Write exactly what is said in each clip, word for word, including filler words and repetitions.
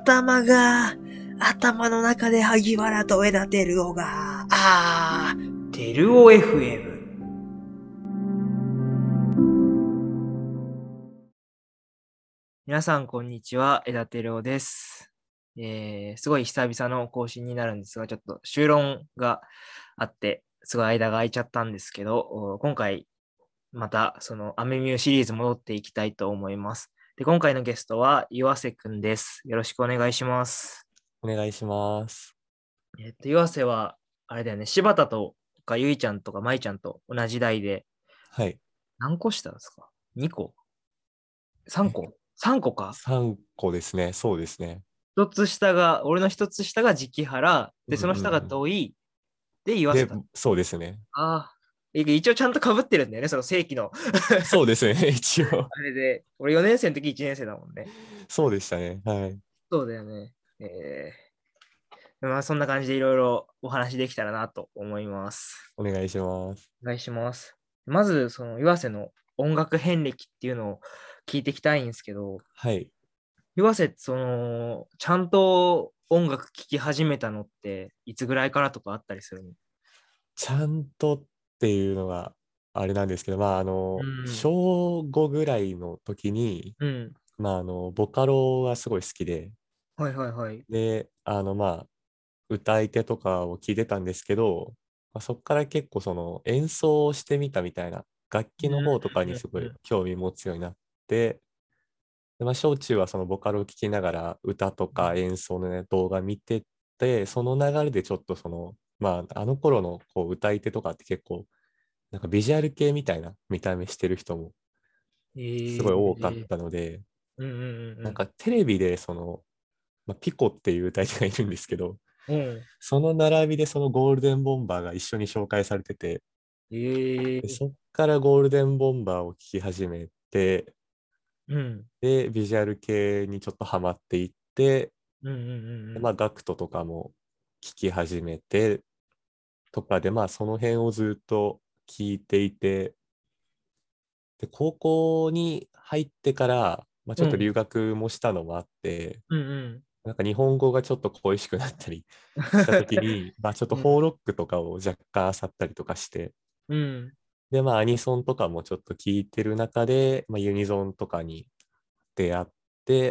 頭が、頭の中で萩原と枝照夫が、あー、照夫 エフエム。皆さん、こんにちは。枝照夫です。えー、すごい久々の更新になるんですが、ちょっと修論があって、すごい間が空いちゃったんですけど、今回、また、その、アメミューシリーズ戻っていきたいと思います。で、今回のゲストは、岩瀬くんです。よろしくお願いします。 お願いします。 えっと、岩瀬は、あれだよね、柴田とか、ゆいちゃんとか、まいちゃんと同じ代で、 はい。 何個下ですか？ に 個 ?さん 個 ?さん 個か。 さんこですね。そうですね。 一つ下が、俺の一つ下が直原、で、 うんその下がうんうん。 遠い、で、岩瀬で、 だ。 そうですね。 ああ、一応ちゃんと被ってるんだよね、その正規の。 そうですね。一応。 あれで、俺よねん生の時いちねん生だもんね。 そうでしたね。はい。 そうだよね。えー、まあそんな感じでいろいろお話できたらなと思います。 お願いします。 お願いします。まず、その岩瀬の音楽遍歴っていうのを聞いていきたいんですけど、 はい。 岩瀬、その、ちゃんと音楽聴き始めたのって、いつぐらいからとかあったりするの？ ちゃんとっていうのがあれなんですけど、まあ、あの、 うん。 小ごぐらいの時に、 うん。 まあ、あの、ボカロがすごい好きで、 はいはいはい。 で、あの、まあ、歌い手とかを聞いてたんですけど、まあ、そこから結構その演奏をしてみたみたいな、楽器の方とかにすごいう興味持つようになって、でまあ、小中はそのボカロを聴きながら歌とか演奏の、ね、動画見てて、その流れでちょっとその、まあ、あの頃のこう歌い手とかって結構、なんかビジュアル系みたいな見た目してる人もん。えすごい多かっー、 たので、 うんうんうんなんかテレビでその、まあ、ピコっていう歌い手がいるんですけど、 うん。うん。 その並びでそのゴールデンボンバーが一緒に紹介されてて、 えー、 でそっからゴールデンボンバーを聴き始めて、 うん。 で、ビジュアル系にちょっとハマっていって、 うんうんうんうん。 でまあ、ガクトとかも聴き始めてとかで、まあ、その辺をずっと聞いていて、で、高校に入ってから、まあ、ちょっと留うん学もしたのもあって、 うんうんなんか日本語がちょっと恋しくなったりしたときに、まあ、ちょっとうん。 フォーロックとかを若干漁ったりとかして、 うん。 で、まあ、アニソンとかもちょっと聞いてる中で、まあ、ユニゾンとかに出会って、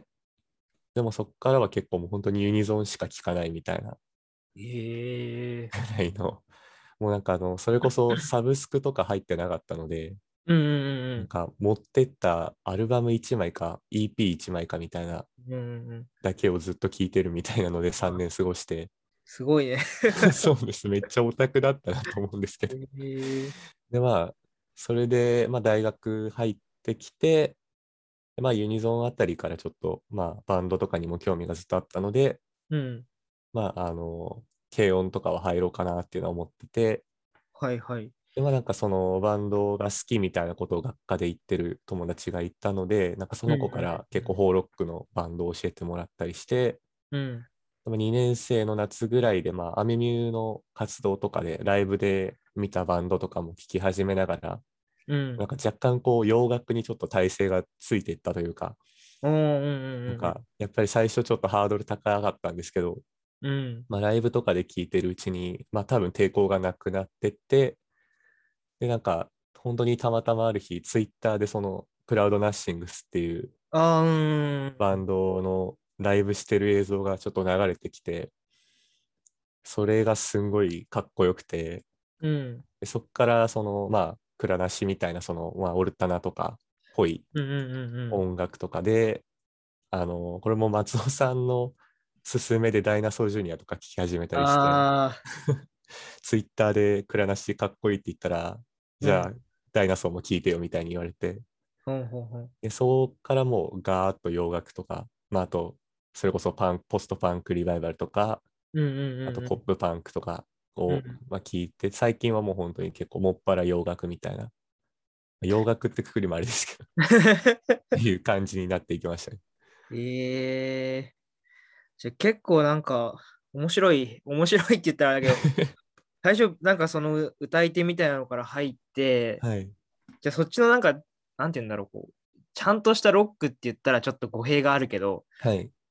でもそっからは結構もう本当にユニゾンしか聞かないみたいなええぐらいの、もうなんかあの、それこそサブスクとか入ってなかったので、 うんうんなんか持ってったアルバムいちまいか イーピーいち 枚かみたいなうんうんうんうん。 だけをずっと聞いてるみたいなので3 あ、 年過ごして、 すごいね。 そうです。めっちゃオタクだったなと思うんですけど。 ええで、まあ、それで、まあ、大学入ってきて、まあ、ユニゾンあたりからちょっと、まあ、バンドとかにも興味がずっとあったので、 うん。 まあ、あの、軽音とかは入ろうかなっていうのは思ってて、 はいはい。 で、まあ、なんかそのバンドが好きみたいなことを学科で言ってる友達がいたので、なんかそうんの子から結構ホーロックのバンドを教えてもらったりして、 うんうん。 でもにねん生の夏ぐらいで、まあ、アメミューの活動とかで、ライブで見たバンドとかも聴き始めながら、 うん。 なんか若干こう洋楽にちょっと体勢がついていったというか、 うんうんうんなんかやっぱり最初ちょっとハードル高かったんですけど、 うん。うん。 まあ、ライブとかで聴いてるうちに、まあ多分抵抗がなくなってって、で、なんか本当にたまたまある日、ツイッターでそのクラウドナッシングスっていうあー、うん。 バンドのライブしてる映像がちょっと流れてきて、それがすんごいかっこよくて、 うん。 でそっからその、まあ、クラナシみたいな、その、まあ、オルタナとか、ぽいうんうんうんうん。 音楽とかで、あの、これも松尾さんの勧めでダイナソージュニアとか聞き始めたりして、 あツイッターでクラナシかっこいいって言ったら、 ー、うん。 じゃあ、ダイナソーも聞いてよみたいに言われて、 ほんほんほん。 で、そこからもうガーッと洋楽とか、まあ、あと、それこそパン、ポストパンクリバイバルとか、 うんうんあとうんポップパンクとかを、 うん。 まあ、聞いて、最近はもう本当に結構もっぱら洋楽みたいな、洋楽ってくくりもあれですけど、っていう感じになっていきましたね。 ええじゃあ結構なんか、面白い、面白いって言ったらあれだけど、最初なんかその歌い手みたいなのから入って、 はい。 じゃあそっちのなんか、なんて言うんだろう、こう、ちゃんとしたロックって言ったらちょっと語弊があるけど、 はい。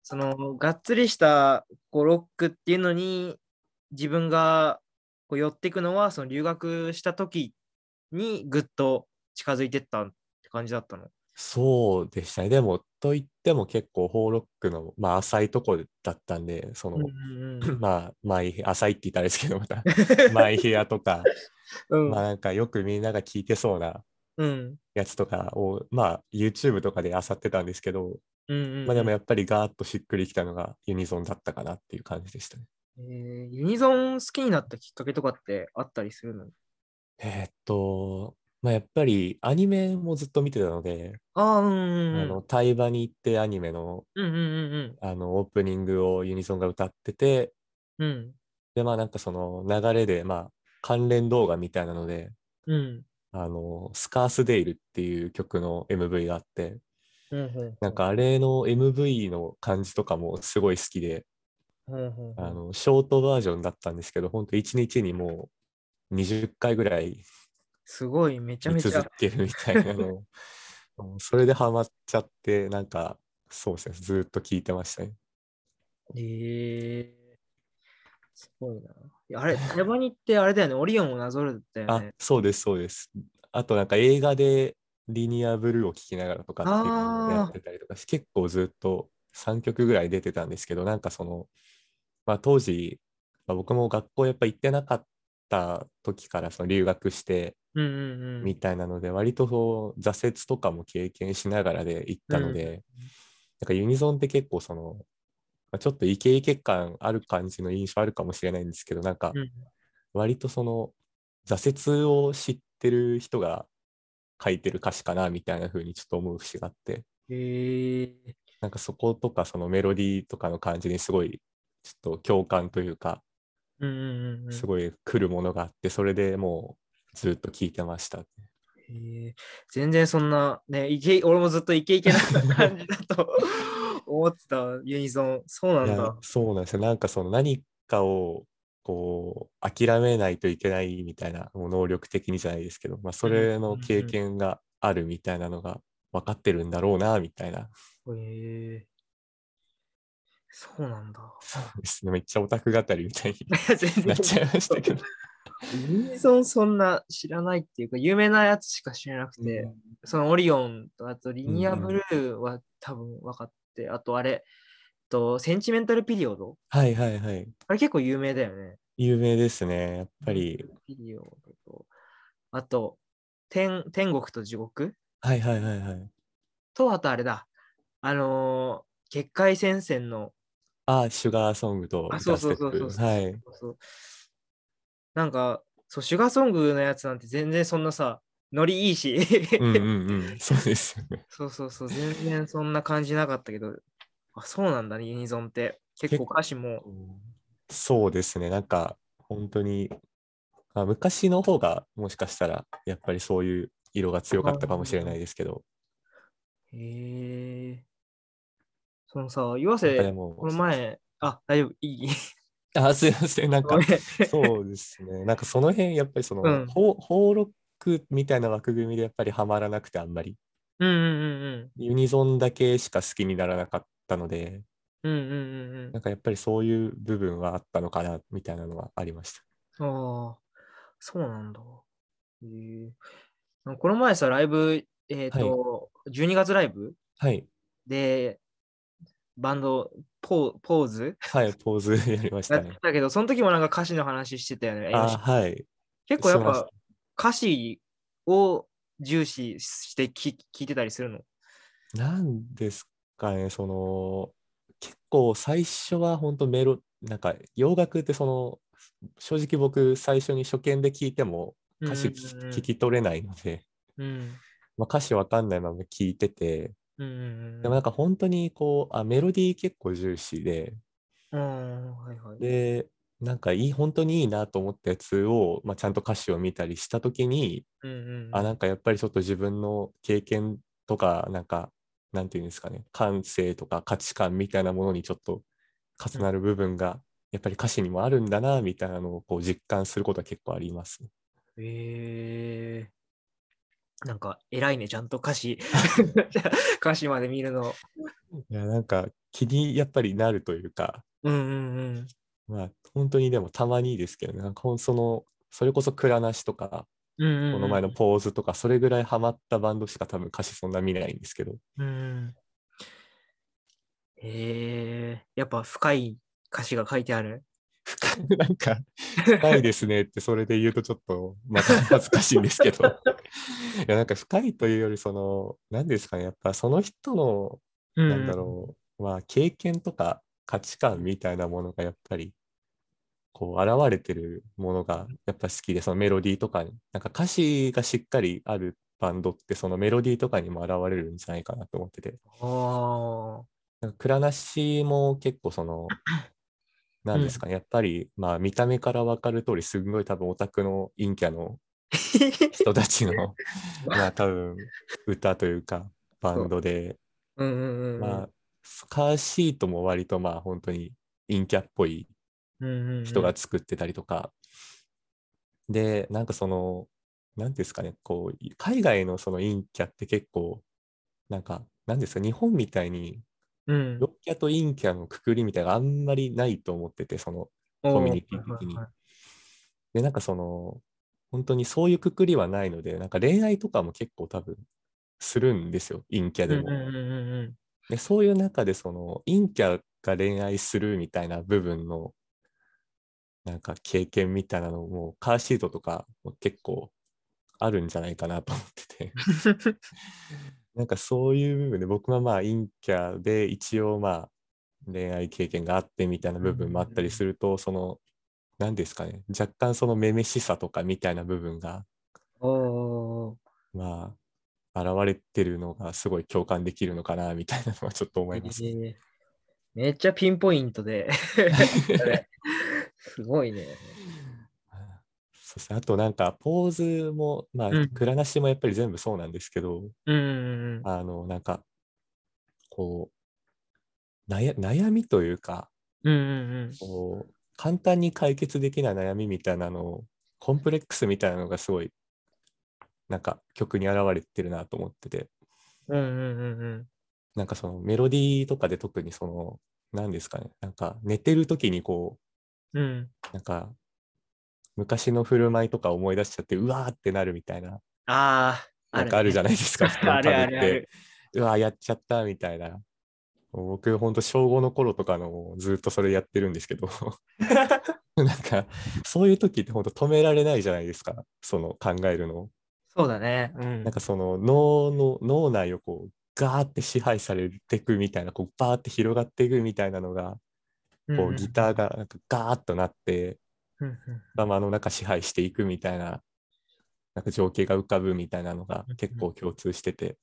その、がっつりしたこうロックっていうのに、自分がこう寄っていくのは、その留学した時にぐっと近づいてったって感じだったの。 そうでしたね。でも、と言っても結構、ホーロックの、まあ、浅いとこだったんで、そうんの、 うんまあ、マイ、浅いって言ったらあれですけど、また、マイヘアとか、 うん。うん。 まあなんかよくみんなが聞いてそうなうん。 やつとかを、まあ YouTube とかで漁ってたんですけど、 うんまあでうん。 もやっぱりガーッとしっくりきたのがユニゾンだったかなっていう感じでしたね。 えー、ユニゾン好きになったきっかけとかってあったりするの？ えーっと、まあやっぱりアニメもずっと見てたので、 ああ、うんうんうん。 あの、タイバに行ってアニメの、 うんうんうんあの、オープニングをユニゾンが歌ってて、 うん。うん。 で、まあなんかその流れで、まあ関連動画みたいなので、 うん。 あの、スカースデイルっていう曲の エムブイ があって、 うんうんなんかあれの エムブイ の感じとかもすごい好きで、 うんうんうん。 あの、ショートバージョンだったんですけど、本当いちにちにもうにじゅっかいぐらいすごい、めちゃ見めちゃ。 続けるみたいなのを、うんそれでハマっちゃって、なんか、そうですね、ずっと聞いてましたね。 ええ、すごいな。いやあれ、タイバニってあれだよね、オリオンをなぞるだよあ、 ね。 そうです、そうです。あとなんか映画でリニアブルーを聴きながらとかっていうのもやっああ、 てたりとかし、結構ずっとさんきょくぐらい出てたんですけど、なんかその、まあ、当時、まあ、僕も学校やっぱ行ってなかった時からその留学してうんうんみたいなので、割とそう挫折とかも経験しながらで行っうん。うんたので、なんかユニゾンって結構その、まあ、ちょっとイケイケ感ある感じの印象あるかもしれないんですけど、なんかうん。 割とその挫折を知ってる人が書いてる歌詞かなみたいな風にちょっと思う節があって、 ええ、 なんかそことかそのメロディーとかの感じにすごいちょっと共感というか、 うんうんうんうん。 すごい来るものがあって、それでもうずっと聞いてました。 へえ、全然そんな、ね、イケ、俺もずっとイケイケな感じだと思ってたユニゾン。そうないや、 んだ。 そうなんですよ。なんかその何かをこう諦めないといけないみたいな、もう能力的にじゃないですけど、まあ、そうんれの経うん験があるみたいなのが分かってるんだろうな、みたいな。 うん。へえ、そうなんだ。 そうですね。めっちゃオタク語りみたいに全然なっちゃいましたけど。 ユニゾンそんな知らないっていうか、有名なやつしか知らなくて、 うん、 そのオリオンと、あとリうん、 ニアブルうん。 ーは多分分かって、あとあれ、とセンチメンタルピリオド、 はいはいはい。 あれ結構有名だよね。 有名ですね。やっぱり。 センチメンタルピリオドと、あと、天、天国と地獄はいはいはいはい。 と、あとあれだ。あのー結界戦線の、 あ、シュガーソングとあ、そうダそうステップ。 そうそうそうはい。 そうそう。なんか、そう、シュガーソングのやつなんて全然そんなさ、ノリいいし。 うんうんうん。そうですよね。 そうそうそう、全然そんな感じなかったけど、あ、そうなんだね、ユニゾンって。結構結歌詞も、 構、そうですね。なんか、本当に、あ、昔の方がもしかしたら、やっぱりそういう色が強かったかもしれないですけど、 へえ、そのさ、岩なんかで瀬、こも、 の前、あ、大丈夫、いい。 あ、すいません。なんか、 ごめん。 そうですね。なんかその辺、やっぱりその、 うん。 ホホーロックみたいな枠組みでやっぱりハマらなくてあんまり、 うんうんうんユニゾンだけしか好きにならなかったので、 うん。うんうんうんなんかやっぱりそういう部分はあったのかな、みたいなのはありました。 うん。ああ、そうなんだ。へえ、この前さ、ライブ、えっはい。 と、じゅうにがつライブはい。 で、バンド、ポー、ポーズはい。ポーズやりましやってたね。 たけど、その時もなんか歌詞の話してたよね。 あ、 よし、 はい。 結構やっぱしました。 歌詞を重視して聞聞いてたりするの？ なんですかね、その、結構最初は本当メロ、なんか洋楽ってその、正直僕最初に初見で聞いても歌詞うん聞うん聞き取れないので、 うん。うんまあ、歌詞わかんないまま聞いてて、 うんうんでもなんか本当にこう、あ、メロディー結構重視で、 うん。ああ、はいはい。 で、なんかいい、本当にいいなと思ったやつを、まあ、ちゃんと歌詞を見たりしたときに、 うんうあ、 んうん。 なんかやっぱりちょっと自分の経験とか、なんか、なんていうんですかね、感性とか価値観みたいなものにちょっと重うんなる部分が、やっぱり歌詞にもあるんだな、みたいなのをこう実感することは結構ありますね。 ええ、 なんか偉いね、ちゃんと歌詞歌詞まで見るの。 いや、なんか気にやっぱりなるというか、 うんうんうん。 まあ本当にでもたまにですけどね、なんかほんその、それこそ蔵なしとか、 うんこの前のうんポーズとか、それぐらいハマったバンドしか多分歌詞そんな見ないんですけど、 うん。うん。へえ、やっぱ深い歌詞が書いてある。 なんか深いですねってそれで言うとちょっとまた恥ずかしいんですけど、いやなんか深いというよりその、何ですかね、やっぱその人の、なんうんだろう、まあ経験とか価値観みたいなものがやっぱりこう現れてるものがやっぱ好きで、そのメロディーとかに、なんか歌詞がしっかりあるバンドってそのメロディーとかにも現れるんじゃないかなと思ってて、 ああ。 なんか蔵なしも結構その、なうん。 んですかね、やっぱりまあ見た目から分かる通り、すごい多分オタクの陰キャの人たちのまあ多分歌というかバそう。 ンドで、 うんうんうんうん。 まあカーシートも割とまあ本当に陰キャっぽいうんうん人うん。 が作ってたりとか、で、なんかその、なんていうんですかね、こう、海外のその陰キャって結構、なんか、なんですか、日本みたいに、 うん。 陽キャと陰キャのくくりみたいなのがあんまりないと思ってて、そのコミおー、 ュニテはいィ的に。 はいはい。 で、なんかその、本当にそういうくくりはないので、なんか恋愛とかも結構多分するんですよ、陰キャでも。 うんうんうんうんうん。 で、そういう中で、その、陰キャが恋愛するみたいな部分の、なんか経験みたいなのも、カーシートとかも結構あるんじゃないかなと思ってて。なんかそういう部分で僕はまあ陰キャで一応まあ恋愛経験があってみたいなうんう部分もあったりすんると、その何ですかね、若干そのめめしさとかみたいな部分がうん。おー。 まあ現れてるのがすごい共感できるのかなみたいなのはちょっと思えいますね。 ー、めっちゃピンポイントであれすごいね。 そうですね、あとなんかポーズもまあうん。 蔵なしもやっぱり全部そうなんですけど、 うんうんあのなんかこう悩悩みというか、 うん。うんうんうん。 こう簡単に解決できない悩みみたいなのを、コンプレックスみたいなのがすごいなんか曲に現れてるなと思ってて、 うんうんうんうん。 なんかそのメロディーとかで特にその何ですかね、なんか寝てる時にこうん。 うなんか昔の振る舞いとか思い出しちゃってうわーってなるみたいな、 ああ、あるね。 なんかあるじゃないですか、布団あるかぶってあるある。 うわーやっちゃったみたいな。僕ほんと小ごの頃とかのずっとそれやってるんですけどなんかそういう時って本当止められないじゃないですか、その考えるの。 そうだね。うん。 なんかその脳の脳内をこうガーって支配されていくみたいな、こうバーって広がっていくみたいなのが、 うんうんこうギターがなんかガーッとなってうんうん頭の中支配していくみたいな、なんか情景が浮かぶみたいなのがうんうん。 結構共通してて、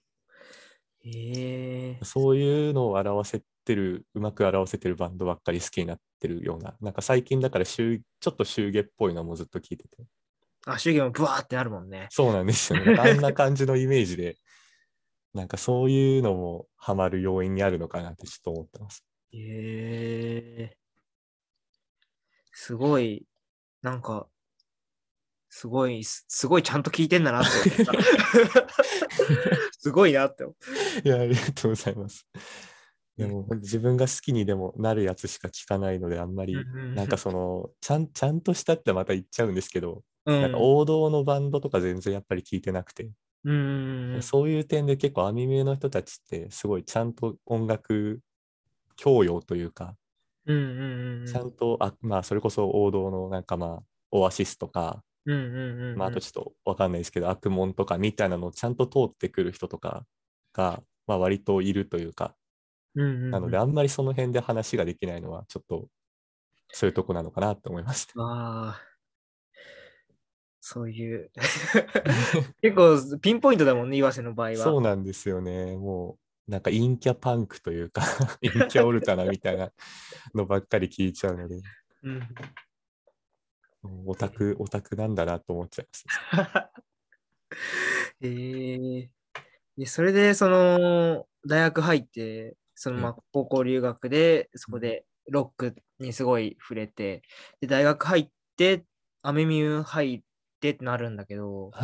へえ。 そういうのを表せてる、うまく表せてるバンドばっかり好きになってるような、なんか最近だから週ちょっと週下っぽいのもずっと聞いてて、 あ、主義もブワーってなるもんね。 そうなんですよね。なんかあんな感じのイメージで、なんかそういうのもハマる要因にあるのかなってちょっと思ってます。 へえ。すごい、なんか、すごい、すすごいちゃんと聞いてんだなって思った。すごいなって思いや、ありがとうございます。 う。えでも自分が好きにでもなるやつしか聞かないので、あんまり、 うんうんなんかその、ちゃん、ちゃんとしたってまた言っちゃうんですけど、なんかうん。 王道のバンドとか全然やっぱり聞いてなくて、 うんうんうんそういう点で結構アニメの人たちってすごいちゃんと音楽教養というか、 うんうんうんちゃんと、あ、まあそれこそ王道のなんかまあ、オアシスとか、 うんうんうんまああうんとちょっとわかんないですけど、悪門とかみたいなのをちゃんと通ってくる人とかが、まあ割といるというか、 うんうんうん。 なので、あんまりその辺で話ができないのは、ちょっとそういうとこなのかなと思いますね。 ああ、そういう結構ピンポイントだもんね、岩瀬の場合は。 そうなんですよね。もう、なんか陰キャパンクというか陰キャオルタナみたいなのばっかり聞いちゃうので、 うん。 もうオタク、オタクなんだなと思っちゃいますね。 へえ。で、それで、その、大学入って、その、 はい。 まあ、高校留学で、そこでロックにすごい触れて、で、大学入って、アメミュー入ってってなるんだけど、 はい。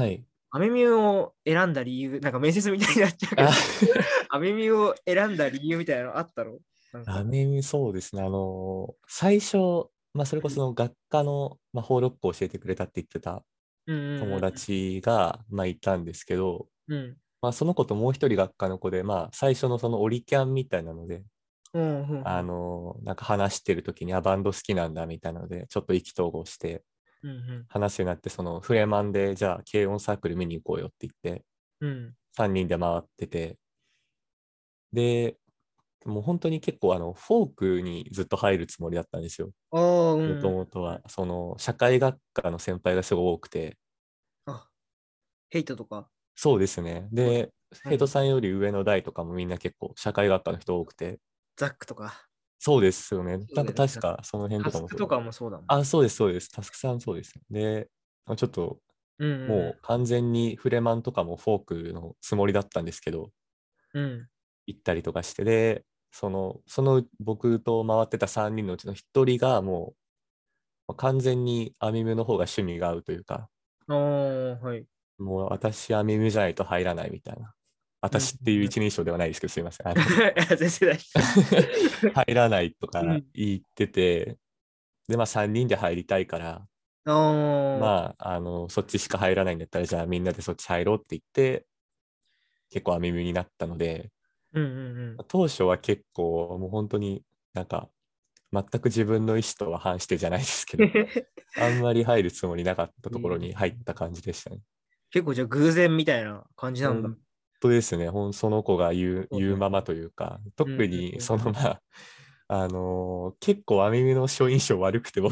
アメミューを選んだ理由、なんか面接みたいになっちゃうけど、 あアメミューを選んだ理由みたいなのあったの？なんか。 アメミそうですね。あの、最初、まあ、それこその学科の、まあ、法録を教えてくれたって言ってたうんうん友達が、まあ、いたんですけど、 うん。うん。 まあ、その子ともう一人学科の子で、まあ、最初のそのオリキャンみたいなので、 うんうんうあん。 の、なんか話してる時に、あ、バンド好きなんだみたいなので、ちょっと意気投合してうん話すようになって、そのフレマンで、じゃあ、軽音サークル見に行こうよって言って、 うん。 さんにんで回ってて、で、もう本当に結構、あの、フォークにずっと入るつもりだったんですよ。 ああ、うんもとうん。 もとは、その、社会学科の先輩がすごい多くて、 あ、ヘイトとか。 そうですね。 うんで、 うん。 ヘイトさんより上の代とかもみんな結構社会学科の人多くて、 ザックとか。 そうですよね。なんかそうだよね。 確かその辺とかもそう。 タスクとかもそうだもん。 あ、そうです、そうです。タスクさんそうです。で、まあちょっとうんうんもう完全にフレマンとかもフォークのつもりだったんですけど、 うん。うん。 行ったりとかして、で、その、その僕と回ってたさんにんのうちのひとりがもうまあ完全にアミメの方が趣味が合うというか、 ああ、はい。 もう私アミメじゃないと入らないみたいな。 うんうん私っていううん。 一人称ではないですけど、すいません。あのいや全然大丈夫。 入らないとかうん。 言ってて、で、まあさんにんで入りたいから、 ああ、 まあ、あの、そっちしか入らないんだったら、じゃあみんなでそっち入ろうって言って、結構アミメになったので、 うんうんうん。 当初は結構もう本当になんか、全く自分の意思とは反してじゃないですけど、あんまり入るつもりなかったところに入った感じでしたね。 結構じゃあ偶然みたいな感じなんだ。 本当ですね。ほんその子が言う、 そうだよね。 言うままというか、 うんう特んうん。 にそのまあ、あのー結構アミメの初印象悪くて僕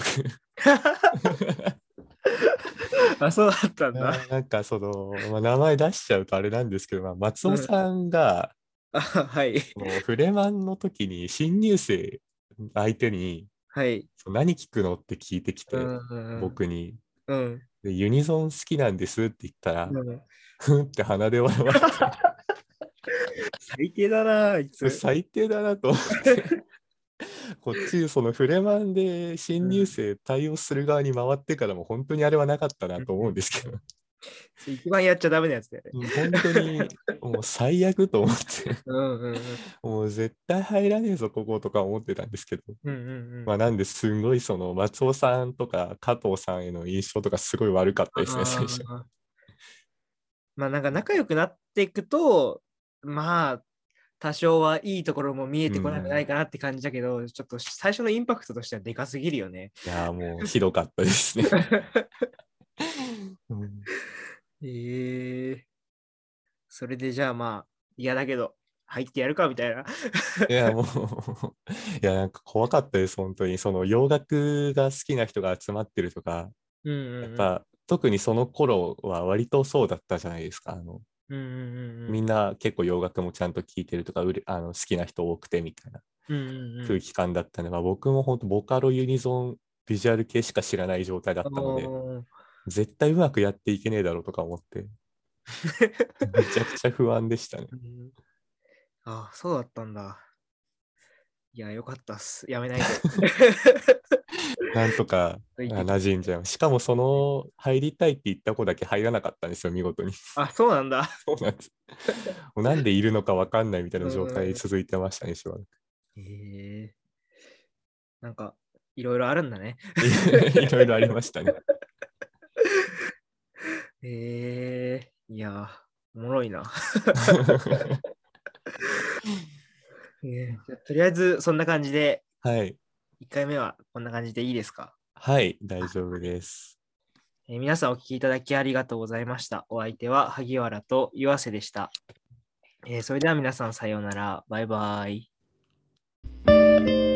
あ、そうだったんだ。 いやーなんかその、まあ、名前出しちゃうとあれなんですけど、まあ、松尾うん。 さんがあ、はい。 そのフレマンの時に新入生相手にはい。 そう何聞くのって聞いてきて、 うんうん僕に。 うん。 でユニゾン好きなんですって言ったら、 うん。 ふんって鼻で笑われて、 最低だな、あいつ。 最低だなと思って、こっちそのフレマンで新入うん生対応する側に回ってからも本当にあれはなかったなと思うんですけど、 それ一番やっちゃダメなやつだよね。 うん本当にもう最悪と思ってうんうんうん。 もう絶対入らねえぞ、こことか思ってたんですけど。 うんうんまあなんですんごいその松尾さんとか加藤さんへの印象とかすごい悪かったうん。 ですね、最初。 ああ。まあなんか仲良くなっていくと、まあ多少はいいところも見えうてこないんじゃないん。 かなって感じだけど、ちょっと最初のインパクトとしてはでかすぎるよね。 いやーもうひどかったですね。うん、 ええ、それでじゃあまあ嫌だけど入ってやるかみたいな。 いやもういやなんか怖かったです、本当に。その洋楽が好きな人が集まってるとか、 うんうんうん。 やっぱ特にその頃は割とそうだったじゃないですか。あのうんうんうんみんな結構洋楽もちゃんと聴いてるとか、うれあの好きな人多くてみたいな。 うんうんうん空気感だったのが、僕も本当ボカロユニゾンビジュアル系しか知らない状態だうったので、 ん。あー絶対うまくやっていけねえだろうとか思って、めちゃくちゃ不安でしたね。 うん、あ、そうだったんだ。いや、よかったっす。やめないで。 なんとか言ってきあ馴染んじゃう。しかもその入りたいって言った子だけ入らなかったんですよ、見事に。 あ、そうなんだ。 そうなんです。もうなんでいるのかわかんないみたいな状態うん。 続いてましたね、しばらく。 ええ、なんか、いろいろあるんだね。 いろいろありましたね。 ええ、いや、おもろいな。えーじゃあとりあえず、そんな感じで、 はい。 いっかいめはこんな感じでいいですか？ はい、大丈夫です。 えー皆さんお聞きいただきありがとうございました。お相手は萩原と岩瀬でした。えーそれでは皆さんさようなら。バイバイ。